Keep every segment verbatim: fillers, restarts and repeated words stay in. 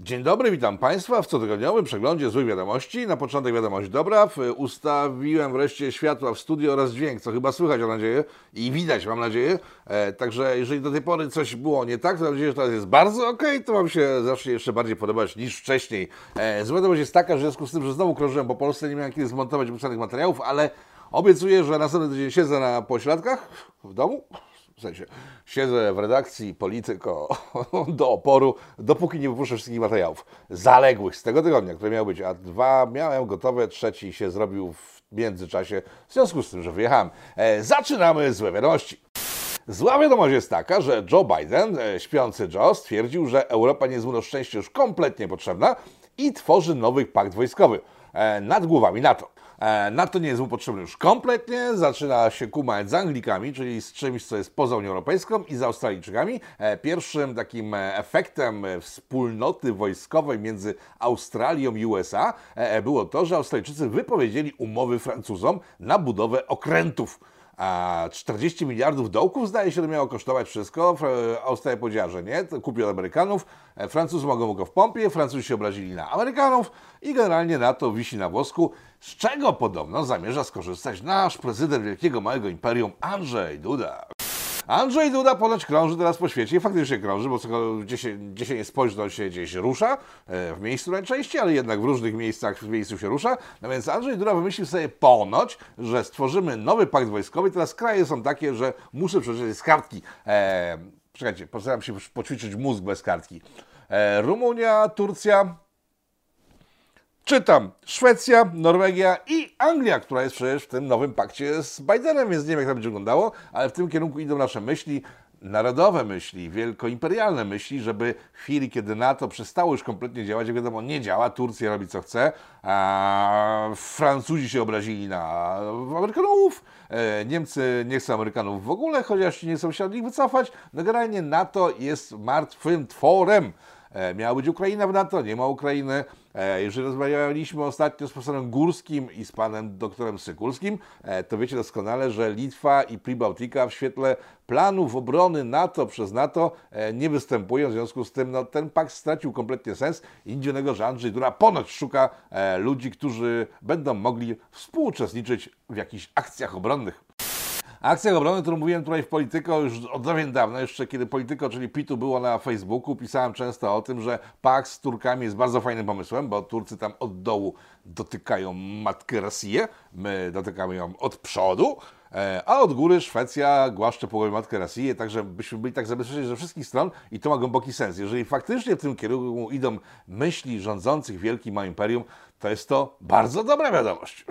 Dzień dobry, witam Państwa w cotygodniowym przeglądzie złych wiadomości. Na początek wiadomość dobra. Ustawiłem wreszcie światła w studio oraz dźwięk, co chyba słychać, mam nadzieję, i widać, mam nadzieję. E, także jeżeli do tej pory coś było nie tak, to mam nadzieję, że teraz jest bardzo ok, to Wam się zacznie jeszcze bardziej podobać niż wcześniej. E, zła wiadomość jest taka, że w związku z tym, że znowu krążyłem po Polsce, nie miałem kiedy zmontować opisanych materiałów, ale obiecuję, że następny tydzień siedzę na pośladkach w domu. W sensie, siedzę w redakcji Polityko do oporu, dopóki nie wypuszczę wszystkich materiałów zaległych z tego tygodnia, które miały być, a dwa miałem gotowe, trzeci się zrobił w międzyczasie, w związku z tym, że wyjechałem. E, zaczynamy złe wiadomości. Zła wiadomość jest taka, że Joe Biden, e, śpiący Joe, stwierdził, że Europa nie jest mu na szczęście już kompletnie potrzebna i tworzy nowy pakt wojskowy e, nad głowami NATO. NATO nie jest mu potrzebny już kompletnie, zaczyna się kumać z Anglikami, czyli z czymś, co jest poza Unią Europejską, i z Australijczykami. Pierwszym takim efektem wspólnoty wojskowej między Australią i U S A było to, że Australijczycy wypowiedzieli umowy Francuzom na budowę okrętów. A czterdzieści miliardów dołków, zdaje się, to miało kosztować wszystko. Australia powiedziała, że nie, to kupi od Amerykanów. Francuzi mogą go w pompie, Francuzi się obrazili na Amerykanów i generalnie NATO wisi na włosku, z czego podobno zamierza skorzystać nasz prezydent wielkiego małego imperium Andrzej Duda. Andrzej Duda ponoć krąży teraz po świecie i faktycznie krąży, bo gdzie się, gdzie się nie spojrzy, to się gdzieś rusza, w miejscu najczęściej, ale jednak w różnych miejscach w miejscu się rusza. No więc Andrzej Duda wymyślił sobie ponoć, że stworzymy nowy pakt wojskowy. Teraz kraje są takie, że muszę przeczytać z kartki. Eee, czekajcie, postaram się poćwiczyć mózg bez kartki. Eee, Rumunia, Turcja... Czytam, Szwecja, Norwegia i Anglia, która jest przecież w tym nowym pakcie z Bidenem, więc nie wiem, jak to będzie wyglądało, ale w tym kierunku idą nasze myśli, narodowe myśli, wielkoimperialne myśli, żeby w chwili, kiedy NATO przestało już kompletnie działać, jak wiadomo, nie działa, Turcja robi co chce, a Francuzi się obrazili na Amerykanów, Niemcy nie chcą Amerykanów w ogóle, chociaż nie chcą się od nich wycofać, no generalnie NATO jest martwym tworem. Miała być Ukraina w NATO, nie ma Ukrainy. Jeżeli rozmawialiśmy ostatnio z profesorem Górskim i z panem doktorem Sykulskim, to wiecie doskonale, że Litwa i Pribałtika w świetle planów obrony NATO przez NATO nie występują. W związku z tym no, ten pakt stracił kompletnie sens i nic dziwnego, że Andrzej Duda ponoć szuka ludzi, którzy będą mogli współuczestniczyć w jakichś akcjach obronnych. Akcjach obrony, którą mówiłem tutaj w Polityko już od dawien dawna, jeszcze kiedy Polityko, czyli Pitu, było na Facebooku, pisałem często o tym, że pakt z Turkami jest bardzo fajnym pomysłem, bo Turcy tam od dołu dotykają matkę Rosję, my dotykamy ją od przodu, a od góry Szwecja głaszcze po głowie matkę Rosję, także byśmy byli tak zabezpieczeni ze wszystkich stron i to ma głęboki sens. Jeżeli faktycznie w tym kierunku idą myśli rządzących wielkim małym imperium, to jest to bardzo dobra wiadomość.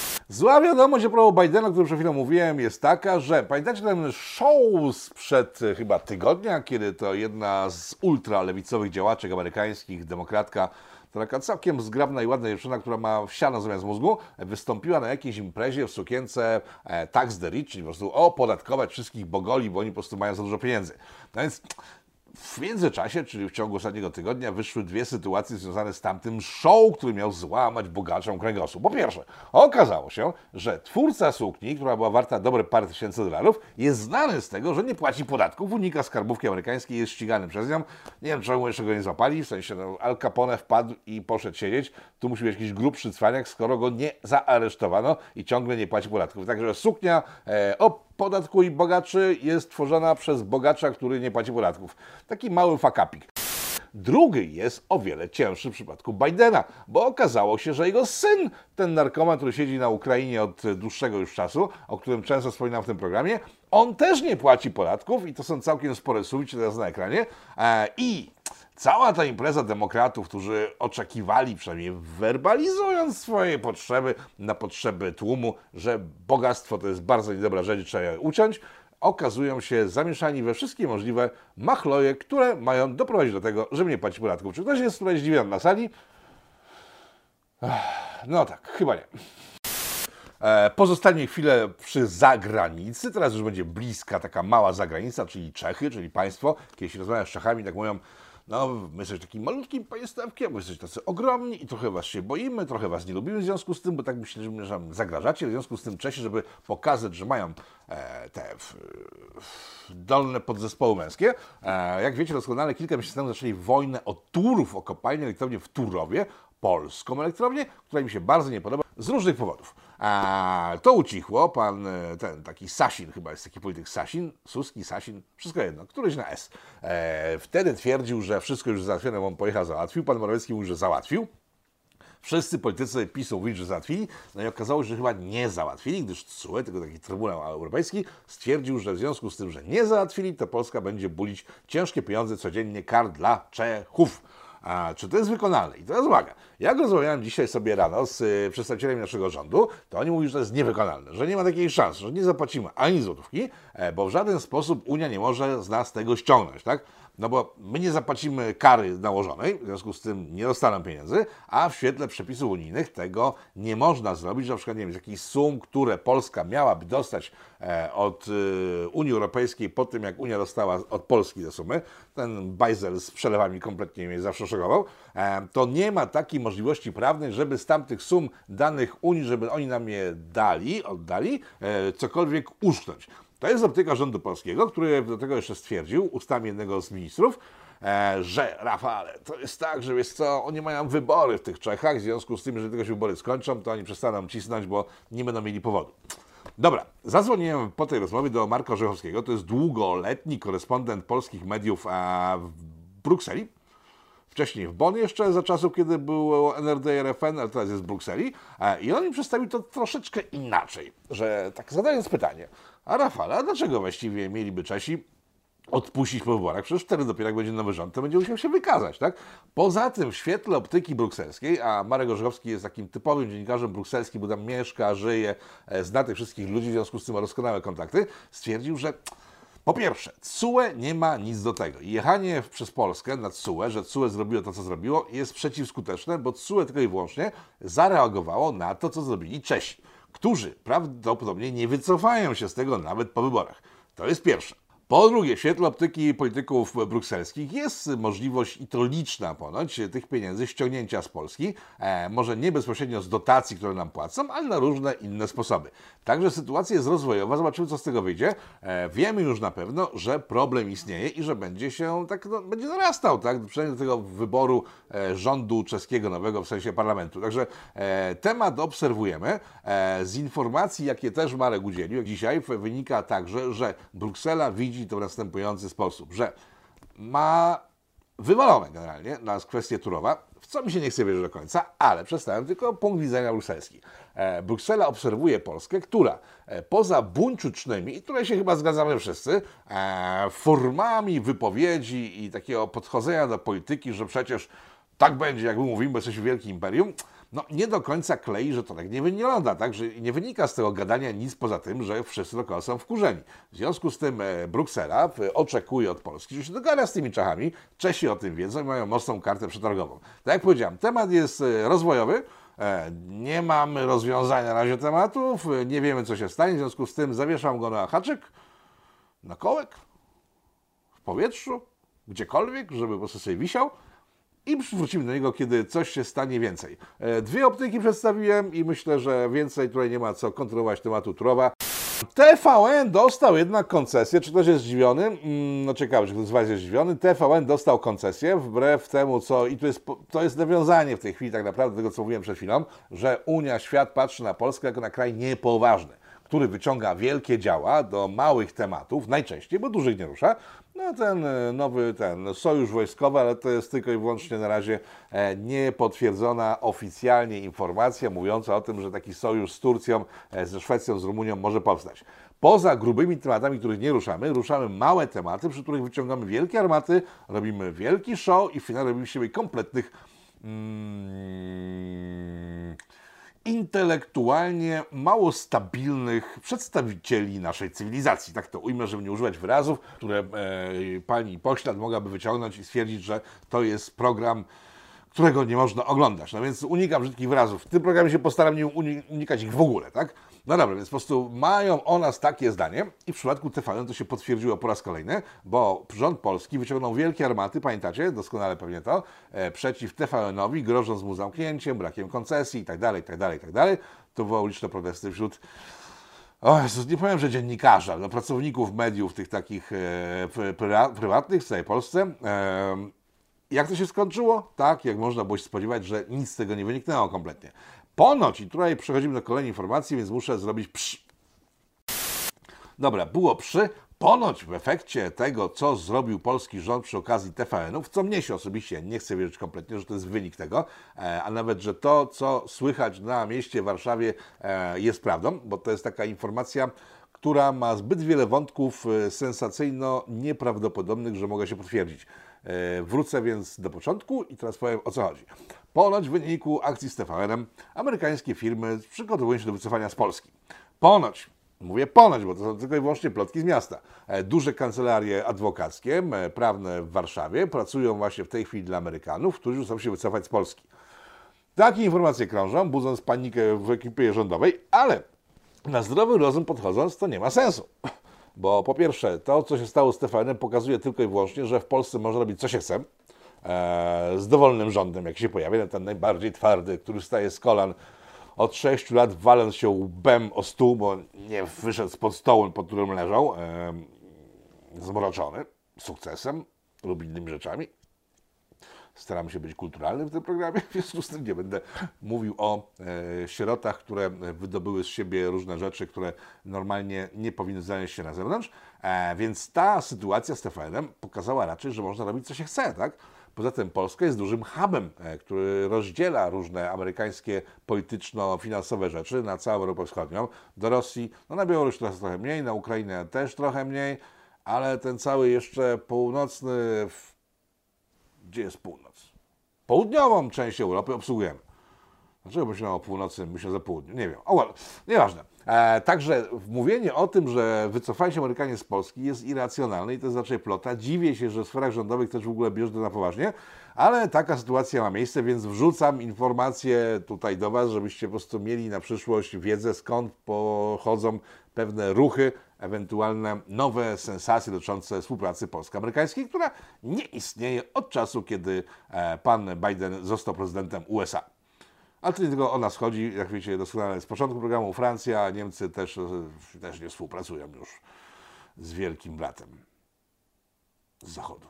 Zła wiadomość a propos Bidena, o którym przed chwilą mówiłem, jest taka, że pamiętacie ten show sprzed chyba tygodnia, kiedy to jedna z ultralewicowych działaczek amerykańskich, demokratka, to taka całkiem zgrabna i ładna dziewczyna, która ma wsiano zamiast mózgu, wystąpiła na jakiejś imprezie w sukience e, Tax the Rich, czyli po prostu opodatkować wszystkich bogoli, bo oni po prostu mają za dużo pieniędzy. No więc w międzyczasie, czyli w ciągu ostatniego tygodnia, wyszły dwie sytuacje związane z tamtym show, który miał złamać bogaczom kręgosłup. Po pierwsze, okazało się, że twórca sukni, która była warta dobre parę tysięcy dolarów, jest znany z tego, że nie płaci podatków, unika skarbówki amerykańskiej, jest ścigany przez nią. Nie wiem, czemu jeszcze go nie złapali, w sensie no, Al Capone wpadł i poszedł siedzieć. Tu musi być jakiś grubszy cwaniak, skoro go nie zaaresztowano i ciągle nie płaci podatków. Także suknia e, o podatku i bogaczy jest tworzona przez bogacza, który nie płaci podatków. Taki mały fakapik. Drugi jest o wiele cięższy w przypadku Bidena, bo okazało się, że jego syn, ten narkoman, który siedzi na Ukrainie od dłuższego już czasu, o którym często wspominam w tym programie, on też nie płaci podatków i to są całkiem spore sumy, teraz na ekranie. I cała ta impreza demokratów, którzy oczekiwali, przynajmniej werbalizując swoje potrzeby na potrzeby tłumu, że bogactwo to jest bardzo niedobra rzecz, trzeba je uciąć, okazują się zamieszani we wszystkie możliwe machloje, które mają doprowadzić do tego, żeby nie płacić podatków. Czy ktoś jest tutaj zdziwiony na sali? No tak, chyba nie. Pozostanie chwilę przy zagranicy, teraz już będzie bliska taka mała zagranica, czyli Czechy, czyli państwo. Kiedyś rozmawiam z Czechami, tak mówią, no my jesteśmy takim malutkim państewkiem, bo jesteście tacy ogromni i trochę was się boimy, trochę was nie lubimy w związku z tym, bo tak myślimy, że nam zagrażacie, w związku z tym Czesi, żeby pokazać, że mają e, te w, w dolne podzespoły męskie, e, jak wiecie doskonale, kilka miesięcy temu zaczęli wojnę o Turów, o kopalnię elektrownię w Turowie, polską elektrownię, która mi się bardzo nie podoba z różnych powodów. A to ucichło, pan ten taki Sasin, chyba jest taki polityk Sasin, Suski, Sasin, wszystko jedno, któryś na S. E, wtedy twierdził, że wszystko już załatwione, bo on pojechał, załatwił. Pan Morawiecki mówił, że załatwił. Wszyscy politycy PiS-u mówili, że załatwili, no i okazało się, że chyba nie załatwili, gdyż T S U E, tylko taki Trybunał Europejski, stwierdził, że w związku z tym, że nie załatwili, to Polska będzie bulić ciężkie pieniądze codziennie kar dla Czechów. A czy to jest wykonalne? I teraz uwaga, jak rozmawiałem dzisiaj sobie rano z y, przedstawicielami naszego rządu, to oni mówią, że to jest niewykonalne, że nie ma takiej szansy, że nie zapłacimy ani złotówki, e, bo w żaden sposób Unia nie może z nas tego ściągnąć, tak? No bo my nie zapłacimy kary nałożonej, w związku z tym nie dostaną pieniędzy, a w świetle przepisów unijnych tego nie można zrobić, na przykład nie wiem, z jakichś sum, które Polska miałaby dostać e, od e, Unii Europejskiej po tym, jak Unia dostała od Polski te sumy, ten bajzel z przelewami kompletnie mnie zawsze szokował, e, to nie ma takiej możliwości prawnej, żeby z tamtych sum danych Unii, żeby oni nam je dali, oddali, e, cokolwiek uszczknąć. To jest optyka rządu polskiego, który do tego jeszcze stwierdził ustami jednego z ministrów, e, że Rafale, to jest tak, że wiesz co, oni mają wybory w tych Czechach, w związku z tym, że tylko się wybory skończą, to oni przestaną cisnąć, bo nie będą mieli powodu. Dobra, zadzwoniłem po tej rozmowie do Marka Orzechowskiego, to jest długoletni korespondent polskich mediów a w Brukseli. Wcześniej w Bonn jeszcze, za czasów, kiedy było N R D R F N, ale teraz jest w Brukseli. I on mi przedstawił to troszeczkę inaczej, że tak zadając pytanie, a Rafale, a dlaczego właściwie mieliby Czesi odpuścić po wyborach? Przecież wtedy dopiero jak będzie nowy rząd, to będzie musiał się wykazać, tak? Poza tym w świetle optyki brukselskiej, a Marek Orzechowski jest takim typowym dziennikarzem brukselskim, bo tam mieszka, żyje, zna tych wszystkich ludzi, w związku z tym ma doskonałe kontakty, stwierdził, że po pierwsze, T S U E nie ma nic do tego. I jechanie przez Polskę na T S U E, że T S U E zrobiło to, co zrobiło, jest przeciwskuteczne, bo T S U E tylko i wyłącznie zareagowało na to, co zrobili Czesi, którzy prawdopodobnie nie wycofają się z tego nawet po wyborach. To jest pierwsze. Po drugie, w świetle optyki polityków brukselskich jest możliwość, i to liczna ponoć, tych pieniędzy ściągnięcia z Polski, e, może nie bezpośrednio z dotacji, które nam płacą, ale na różne inne sposoby. Także sytuacja jest rozwojowa, zobaczymy, co z tego wyjdzie. E, wiemy już na pewno, że problem istnieje i że będzie się tak, no, będzie narastał, tak? Przynajmniej do tego wyboru e, rządu czeskiego nowego, w sensie parlamentu. Także e, temat obserwujemy. E, z informacji, jakie też Marek udzielił, jak dzisiaj, wynika także, że Bruksela widzi to w następujący sposób, że ma wywalone generalnie na kwestię Turowa, w co mi się nie chce wierzyć do końca, ale przedstawiam tylko punkt widzenia brukselski. E, Bruksela obserwuje Polskę, która e, poza buńczucznymi, i tutaj się chyba zgadzamy wszyscy, e, formami wypowiedzi i takiego podchodzenia do polityki, że przecież tak będzie, jak my mówimy, bo jesteśmy wielkim imperium, no nie do końca klei, że to tak nie wygląda, tak? Że nie wynika z tego gadania nic poza tym, że wszyscy dookoła są wkurzeni. W związku z tym e, Bruksela oczekuje od Polski, że się dogada z tymi Czechami. Czesi o tym wiedzą i mają mocną kartę przetargową. Tak jak powiedziałem, temat jest e, rozwojowy, e, nie mamy rozwiązania na razie tematów, e, nie wiemy, co się stanie, w związku z tym zawieszam go na haczyk, na kołek, w powietrzu, gdziekolwiek, żeby po prostu sobie wisiał. I wrócimy do niego, kiedy coś się stanie więcej. Dwie optyki przedstawiłem i myślę, że więcej tutaj nie ma co kontrolować tematu Turowa. T V N dostał jednak koncesję. Czy ktoś jest zdziwiony? No ciekawe, czy ktoś z Was jest zdziwiony. T V N dostał koncesję wbrew temu, co... I tu jest, to jest nawiązanie w tej chwili tak naprawdę do tego, co mówiłem przed chwilą, że Unia, świat patrzy na Polskę jako na kraj niepoważny, który wyciąga wielkie działa do małych tematów, najczęściej, bo dużych nie rusza. No ten nowy ten sojusz wojskowy, ale to jest tylko i wyłącznie na razie niepotwierdzona oficjalnie informacja mówiąca o tym, że taki sojusz z Turcją, ze Szwecją, z Rumunią może powstać. Poza grubymi tematami, których nie ruszamy, ruszamy małe tematy, przy których wyciągamy wielkie armaty, robimy wielki show i w finale robimy siebie kompletnych mm, intelektualnie mało stabilnych przedstawicieli naszej cywilizacji. Tak to ujmę, żeby nie używać wyrazów, które e, pani poślad mogłaby wyciągnąć i stwierdzić, że to jest program, którego nie można oglądać. No więc unikam brzydkich wyrazów. W tym programie się postaram nie unikać ich w ogóle, tak? No dobra, więc po prostu mają o nas takie zdanie i w przypadku T V N to się potwierdziło po raz kolejny, bo rząd polski wyciągnął wielkie armaty, pamiętacie, doskonale pewnie to, e, przeciw T V N-owi, grożąc mu zamknięciem, brakiem koncesji itd., itd., itd. To wywołało liczne protesty wśród, o Jezus, nie powiem, że dziennikarza, no, pracowników mediów tych takich e, pry, prywatnych w całej Polsce. E, jak to się skończyło? Tak, jak można było się spodziewać, że nic z tego nie wyniknęło kompletnie. Ponoć, i tutaj przechodzimy do kolejnej informacji, więc muszę zrobić psz. Dobra, było przy. Ponoć w efekcie tego, co zrobił polski rząd przy okazji T V N-ów, co mnie się osobiście nie chce wierzyć kompletnie, że to jest wynik tego, a nawet, że to, co słychać na mieście Warszawie, jest prawdą, bo to jest taka informacja, która ma zbyt wiele wątków sensacyjno-nieprawdopodobnych, że mogę się potwierdzić. Wrócę więc do początku i teraz powiem, o co chodzi. Ponoć w wyniku akcji z T V N-em amerykańskie firmy przygotowują się do wycofania z Polski. Ponoć, mówię ponoć, bo to są tylko i wyłącznie plotki z miasta. Duże kancelarie adwokackie, prawne w Warszawie pracują właśnie w tej chwili dla Amerykanów, którzy chcą się wycofać z Polski. Takie informacje krążą, budząc panikę w ekipie rządowej, ale na zdrowy rozum podchodząc, to nie ma sensu. Bo po pierwsze, to, co się stało z T V N-em, pokazuje tylko i wyłącznie, że w Polsce można robić, co się chce, e, z dowolnym rządem, jak się pojawia, ten najbardziej twardy, który staje z kolan od sześciu lat, waląc się łbem o stół, bo nie wyszedł spod stołu, pod którym leżał, e, zmroczony sukcesem lub innymi rzeczami. Staram się być kulturalny w tym programie, w związku z tym nie będę mówił o e, sierotach, które wydobyły z siebie różne rzeczy, które normalnie nie powinny znaleźć się na zewnątrz. E, więc ta sytuacja z T V N-em pokazała raczej, że można robić co się chce, tak? Poza tym Polska jest dużym hubem, e, który rozdziela różne amerykańskie polityczno-finansowe rzeczy na całą Europę Wschodnią. Do Rosji, no na Białoruś trochę mniej, na Ukrainę też trochę mniej, ale ten cały jeszcze północny... Gdzie jest północ? Południową część Europy obsługujemy. Dlaczego myślałem o północy, myślę za południu? Nie wiem. O, well, nieważne. E, także mówienie o tym, że wycofali się Amerykanie z Polski jest irracjonalne i to jest raczej plota. Dziwię się, że w sferach rządowych też w ogóle bierze to na poważnie, ale taka sytuacja ma miejsce, więc wrzucam informacje tutaj do Was, żebyście po prostu mieli na przyszłość wiedzę, skąd pochodzą pewne ruchy, ewentualne nowe sensacje dotyczące współpracy polsko-amerykańskiej, która nie istnieje od czasu, kiedy pan Biden został prezydentem U S A. Ale to nie tylko o nas chodzi, jak wiecie doskonale z początku programu, Francja, Niemcy też, też nie współpracują już z wielkim bratem z zachodu.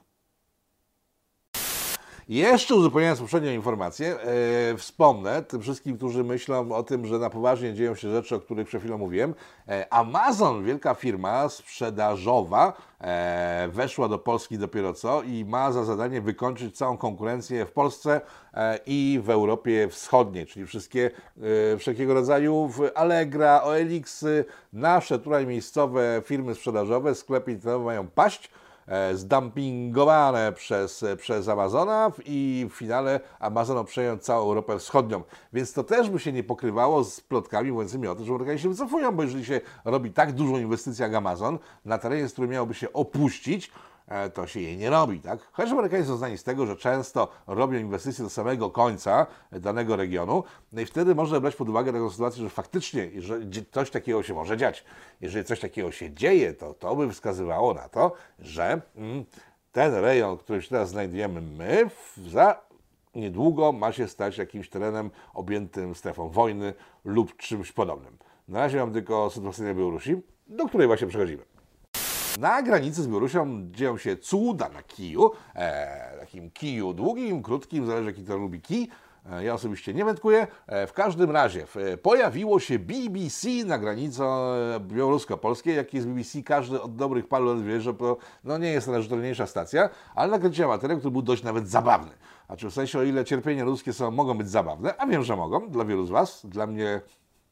Jeszcze uzupełniając poprzednią informację, e, wspomnę tym wszystkim, którzy myślą o tym, że na poważnie dzieją się rzeczy, o których przed chwilą mówiłem. E, Amazon, wielka firma sprzedażowa, e, weszła do Polski dopiero co i ma za zadanie wykończyć całą konkurencję w Polsce e, i w Europie Wschodniej, czyli wszystkie e, wszelkiego rodzaju Allegra, O L X-y, nasze tutaj miejscowe firmy sprzedażowe, sklepy internetowe mają paść, zdumpingowane przez, przez Amazona i w finale Amazon przejął całą Europę Wschodnią. Więc to też by się nie pokrywało z plotkami mówiącymi o tym, że Amerykanie się wycofują, bo jeżeli się robi tak dużą inwestycję jak Amazon na terenie, z którym miałoby się opuścić, to się jej nie robi, tak? Chociaż Amerykanie są znani z tego, że często robią inwestycje do samego końca danego regionu, no i wtedy można brać pod uwagę taką sytuację, że faktycznie, jeżeli coś takiego się może dziać, jeżeli coś takiego się dzieje, to to by wskazywało na to, że mm, ten rejon, w którym się teraz znajdujemy my, za niedługo ma się stać jakimś terenem objętym strefą wojny lub czymś podobnym. Na razie mam tylko sytuację na Białorusi, do której właśnie przechodzimy. Na granicy z Białorusią dzieją się cuda na kiju, e, takim kiju długim, krótkim, zależy jaki to lubi kij. E, ja osobiście nie wędkuję. E, w każdym razie e, pojawiło się B B C na granicy białorusko-polskiej. Jak jest B B C, każdy od dobrych paru lat wie, że to no, nie jest to najrzetelniejsza stacja, ale nakręciła materiał, który był dość nawet zabawny. Znaczy w sensie, o ile cierpienia ludzkie są, mogą być zabawne, a wiem, że mogą, dla wielu z Was, dla mnie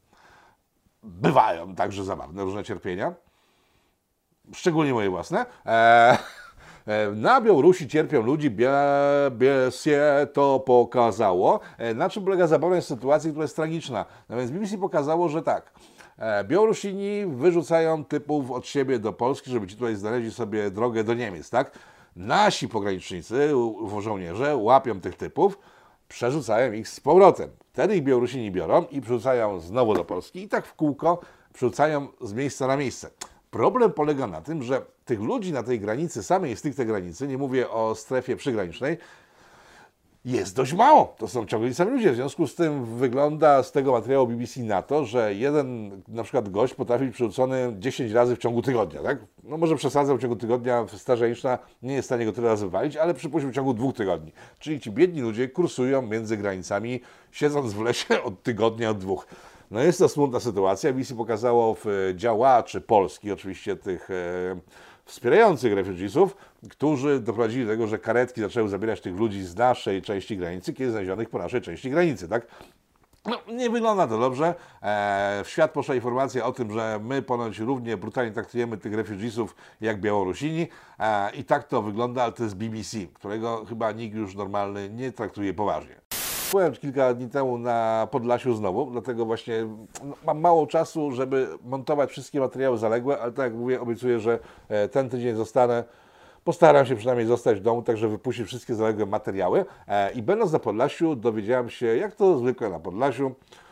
bywają także zabawne różne cierpienia. Szczególnie moje własne. Eee, na Białorusi cierpią ludzi, B B C to pokazało. E, na czym polega zabawność sytuacji, która jest tragiczna? No więc B B C pokazało, że tak, e, Białorusini wyrzucają typów od siebie do Polski, żeby ci tutaj znaleźli sobie drogę do Niemiec, tak? Nasi pogranicznicy, żołnierze, łapią tych typów, przerzucają ich z powrotem. Wtedy ich Białorusini biorą i przerzucają znowu do Polski i tak w kółko, przerzucają z miejsca na miejsce. Problem polega na tym, że tych ludzi na tej granicy, samej stricte granicy, nie mówię o strefie przygranicznej, jest dość mało. To są ciągle ci sami ludzie. W związku z tym wygląda z tego materiału B B C na to, że jeden na przykład gość potrafi być przerzucony dziesięć razy w ciągu tygodnia. Tak? No może przesadzał w ciągu tygodnia, Straż Graniczna nie jest w stanie go tyle razy wywalić, ale przypuśćmy w ciągu dwóch tygodni. Czyli ci biedni ludzie kursują między granicami, siedząc w lesie od tygodnia, od dwóch. No jest to smutna sytuacja. B B C pokazało w działaczy Polski, oczywiście tych e, wspierających refugeesów, którzy doprowadzili do tego, że karetki zaczęły zabierać tych ludzi z naszej części granicy, kiedy znalezionych po naszej części granicy, tak? No, nie wygląda to dobrze. E, w świat poszła informacja o tym, że my ponoć równie brutalnie traktujemy tych refugeesów jak Białorusini. E, I tak to wygląda, ale to jest B B C, którego chyba nikt już normalny nie traktuje poważnie. Byłem kilka dni temu na Podlasiu znowu, dlatego właśnie no, mam mało czasu, żeby montować wszystkie materiały zaległe, ale tak jak mówię, obiecuję, że ten tydzień zostanę. Postaram się przynajmniej zostać w domu, także wypuścić wszystkie zaległe materiały. I będąc na Podlasiu, dowiedziałem się, jak to zwykle na Podlasiu,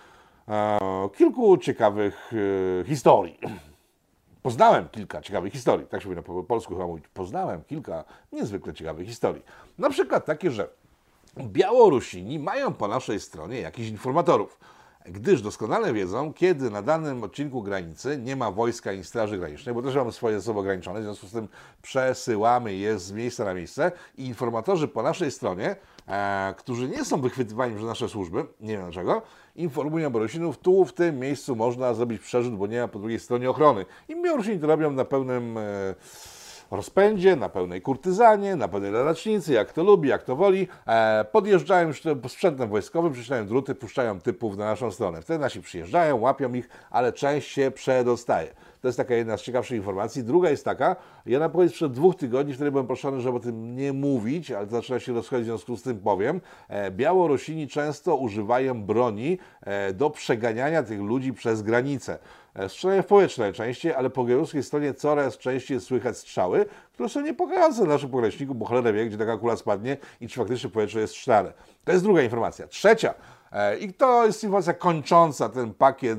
kilku ciekawych historii. Poznałem kilka ciekawych historii, tak się mówi po polsku chyba mówić. Poznałem kilka niezwykle ciekawych historii. Na przykład takie, że Białorusini mają po naszej stronie jakichś informatorów, gdyż doskonale wiedzą, kiedy na danym odcinku granicy nie ma wojska i straży granicznej, bo też mamy swoje zasoby ograniczone, w związku z tym przesyłamy je z miejsca na miejsce i informatorzy po naszej stronie, e, którzy nie są wychwytywani przez nasze służby, nie wiem dlaczego, informują Białorusinów, tu w tym miejscu można zrobić przerzut, bo nie ma po drugiej stronie ochrony. I Białorusini to robią na pełnym E, rozpędzie, na pełnej kurtyzanie, na pełnej ladacznicy, jak to lubi, jak to woli. E, podjeżdżają już sprzętem wojskowym, przyciągają druty, puszczają typów na naszą stronę. Wtedy nasi przyjeżdżają, łapią ich, ale część się przedostaje. To jest taka jedna z ciekawszych informacji. Druga jest taka, ja na powiedz przed dwóch tygodni, wtedy byłem proszony, żeby o tym nie mówić, ale to zaczyna się rozchodzić, w związku z tym powiem. E, Białorusini często używają broni e, do przeganiania tych ludzi przez granicę. Strzelają w powietrze najczęściej, ale po białoruskiej stronie coraz częściej słychać strzały, które są niepokojące dla naszych pograniczników, bo cholera wie, gdzie taka kula spadnie i czy faktycznie powietrze jest strzelane. To jest druga informacja. Trzecia, i to jest informacja kończąca ten pakiet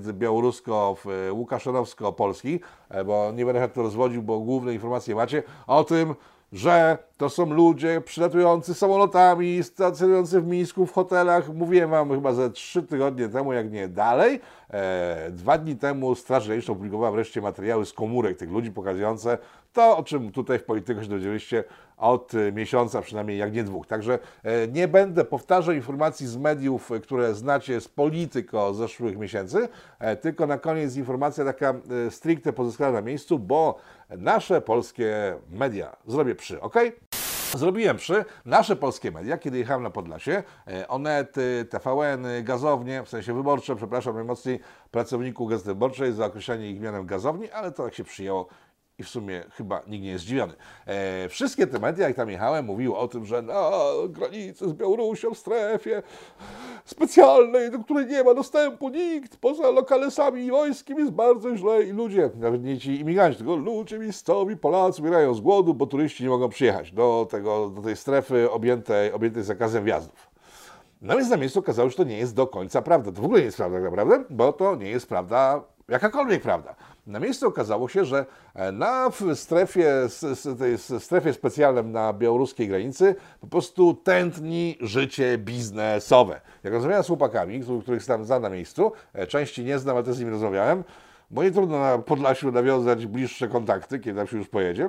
białorusko-łukaszonowsko-polski, bo nie będę to rozwodził, bo główne informacje macie o tym, że to są ludzie przylatujący samolotami, stacjonujący w Mińsku w hotelach. Mówiłem wam chyba ze trzy tygodnie temu, jak nie dalej. E, dwa dni temu Straż Graniczna opublikowała wreszcie materiały z komórek tych ludzi pokazujące to, o czym tutaj w Polityce się dowiedzieliście od miesiąca przynajmniej, jak nie dwóch. Także e, nie będę powtarzał informacji z mediów, które znacie z Polityko z zeszłych miesięcy, e, tylko na koniec informacja taka e, stricte pozyskana na miejscu, bo nasze polskie media zrobię przy, ok? Zrobiłem przy nasze polskie media, kiedy jechałem na Podlasie, Onety, T V N, gazownie, w sensie wyborcze, przepraszam najmocniej pracowników Gazety Wyborczej za określenie ich mianem gazowni, ale to tak się przyjęło i w sumie chyba nikt nie jest zdziwiony. E, wszystkie te media, jak tam jechałem, mówiły o tym, że na granicy z Białorusią, w strefie specjalnej, do której nie ma dostępu nikt, poza lokalesami i wojskiem, jest bardzo źle i ludzie, nawet nie ci imigranci, tylko ludzie miejscowi, Polacy umierają z głodu, bo turyści nie mogą przyjechać do, tego, do tej strefy objętej, objętej zakazem wjazdów. No więc na miejscu okazało się, że to nie jest do końca prawda. To w ogóle nie jest prawda tak naprawdę, bo to nie jest prawda, jakakolwiek prawda. Na miejscu okazało się, że na strefie, tej strefie specjalnej na białoruskiej granicy po prostu tętni życie biznesowe. Jak rozmawiałem z chłopakami, których znam na miejscu, części nie znam, ale też z nimi rozmawiałem, bo nie trudno na Podlasiu nawiązać bliższe kontakty, kiedy tam się już pojedzie.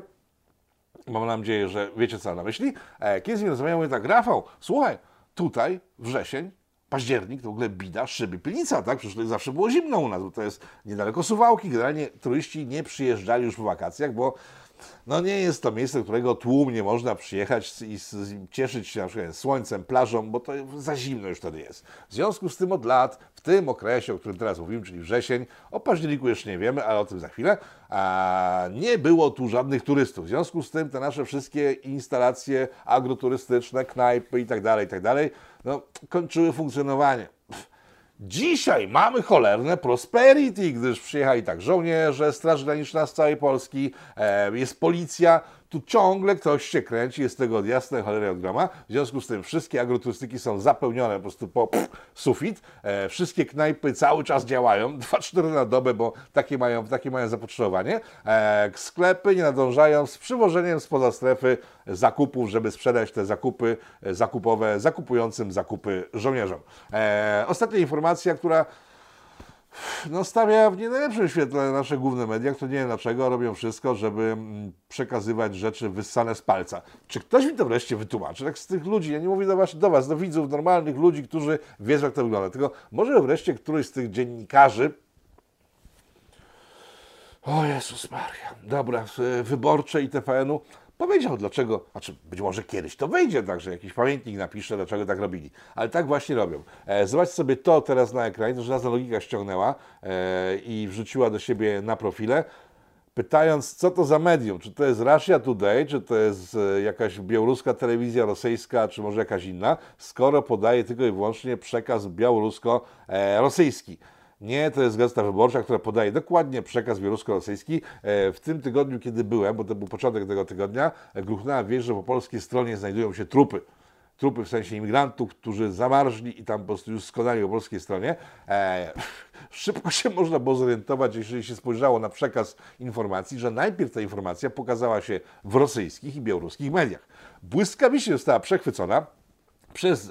Mam nadzieję, że wiecie, co mam na myśli. Kiedy z nimi rozmawiałem, mówię tak, Rafał, słuchaj, tutaj wrzesień, październik to w ogóle bida, szyby, Pilnica, tak? Przecież to zawsze było zimno u nas, bo to jest niedaleko Suwałki. Generalnie turyści nie przyjeżdżali już po wakacjach, bo no nie jest to miejsce, do którego tłumnie można przyjechać i cieszyć się na przykład słońcem, plażą, bo to za zimno już wtedy jest. W związku z tym od lat, w tym okresie, o którym teraz mówimy, czyli wrzesień, o październiku jeszcze nie wiemy, ale o tym za chwilę, a nie było tu żadnych turystów. W związku z tym te nasze wszystkie instalacje agroturystyczne, knajpy i tak dalej, i tak dalej, no, kończyły funkcjonowanie. Dzisiaj mamy cholerne prosperity, gdyż przyjechali tak żołnierze, Straż Graniczna z całej Polski, e, jest policja. Tu ciągle ktoś się kręci, jest tego od jasnej cholery od groma. W związku z tym wszystkie agroturystyki są zapełnione po prostu po pff, sufit. E, wszystkie knajpy cały czas działają, dwa cztery na dobę, bo takie mają, takie mają zapotrzebowanie. E, sklepy nie nadążają z przywożeniem spoza strefy zakupów, żeby sprzedać te zakupy zakupowe zakupującym zakupy żołnierzom. E, ostatnia informacja, która no, stawia w nie najlepszym świetle nasze główne media, które nie wiem dlaczego robią wszystko, żeby przekazywać rzeczy wyssane z palca. Czy ktoś mi to wreszcie wytłumaczy? Tak z tych ludzi, ja nie mówię do was, do was, do widzów, normalnych ludzi, którzy wiedzą, jak to wygląda, tylko może wreszcie któryś z tych dziennikarzy, o Jezus Maria, dobra, Wyborcze i T V N-u, powiedział dlaczego, znaczy być może kiedyś to wyjdzie, także jakiś pamiętnik napisze, dlaczego tak robili, ale tak właśnie robią. E, zobaczcie sobie to teraz na ekranie, to żelazna logika ściągnęła e, i wrzuciła do siebie na profile, pytając, co to za medium, czy to jest Russia Today, czy to jest e, jakaś białoruska telewizja rosyjska, czy może jakaś inna, skoro podaje tylko i wyłącznie przekaz białorusko-rosyjski. Nie, to jest Gazeta Wyborcza, która podaje dokładnie przekaz białorusko-rosyjski. W tym tygodniu, kiedy byłem, bo to był początek tego tygodnia, gruchnęła wieść, że po polskiej stronie znajdują się trupy. Trupy w sensie imigrantów, którzy zamarzli i tam po prostu już skonali po polskiej stronie. E, szybko się można było zorientować, jeżeli się spojrzało na przekaz informacji, że najpierw ta informacja pokazała się w rosyjskich i białoruskich mediach. Błyskawicznie została przechwycona przez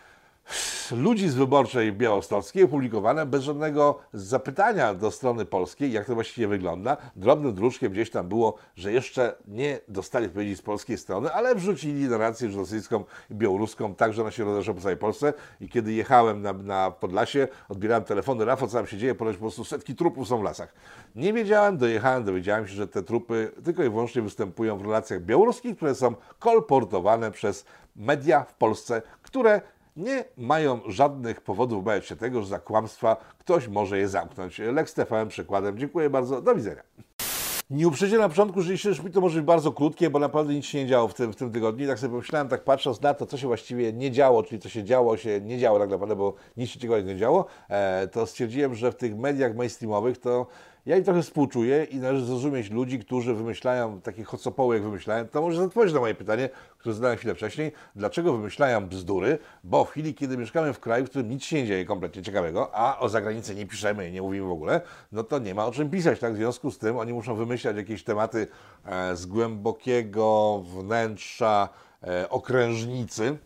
ludzi z Wyborczej Białostockiej, opublikowane bez żadnego zapytania do strony polskiej, jak to właściwie wygląda. Drobnym dróżkiem gdzieś tam było, że jeszcze nie dostali odpowiedzi z polskiej strony, ale wrzucili narrację rosyjską i białoruską, tak, że ona się rozeszła po całej Polsce. I kiedy jechałem na, na Podlasie, odbierałem telefony, Rafał, co tam się dzieje, ponoć po prostu setki trupów są w lasach. Nie wiedziałem, dojechałem, dowiedziałem się, że te trupy tylko i wyłącznie występują w relacjach białoruskich, które są kolportowane przez media w Polsce, które nie mają żadnych powodów bać się tego, że za kłamstwa ktoś może je zamknąć. Lex T V N przykładem. Dziękuję bardzo. Do widzenia. Nie uprzedzę na początku, że dzisiejsze mi to może być bardzo krótkie, bo naprawdę nic się nie działo w tym, w tym tygodniu. I tak sobie pomyślałem, tak patrząc na to, co się właściwie nie działo, czyli co się działo, się nie działo tak naprawdę, bo nic się ciekawego nie działo, e, to stwierdziłem, że w tych mediach mainstreamowych to ja im trochę współczuję i należy zrozumieć ludzi, którzy wymyślają takie chocopoły, jak wymyślają. To może odpowiedzieć na moje pytanie, które zadałem chwilę wcześniej. Dlaczego wymyślają bzdury? Bo w chwili, kiedy mieszkamy w kraju, w którym nic się nie dzieje kompletnie ciekawego, a o zagranicy nie piszemy i nie mówimy w ogóle, no to nie ma o czym pisać. Tak? W związku z tym oni muszą wymyślać jakieś tematy e, z głębokiego wnętrza e, okrężnicy.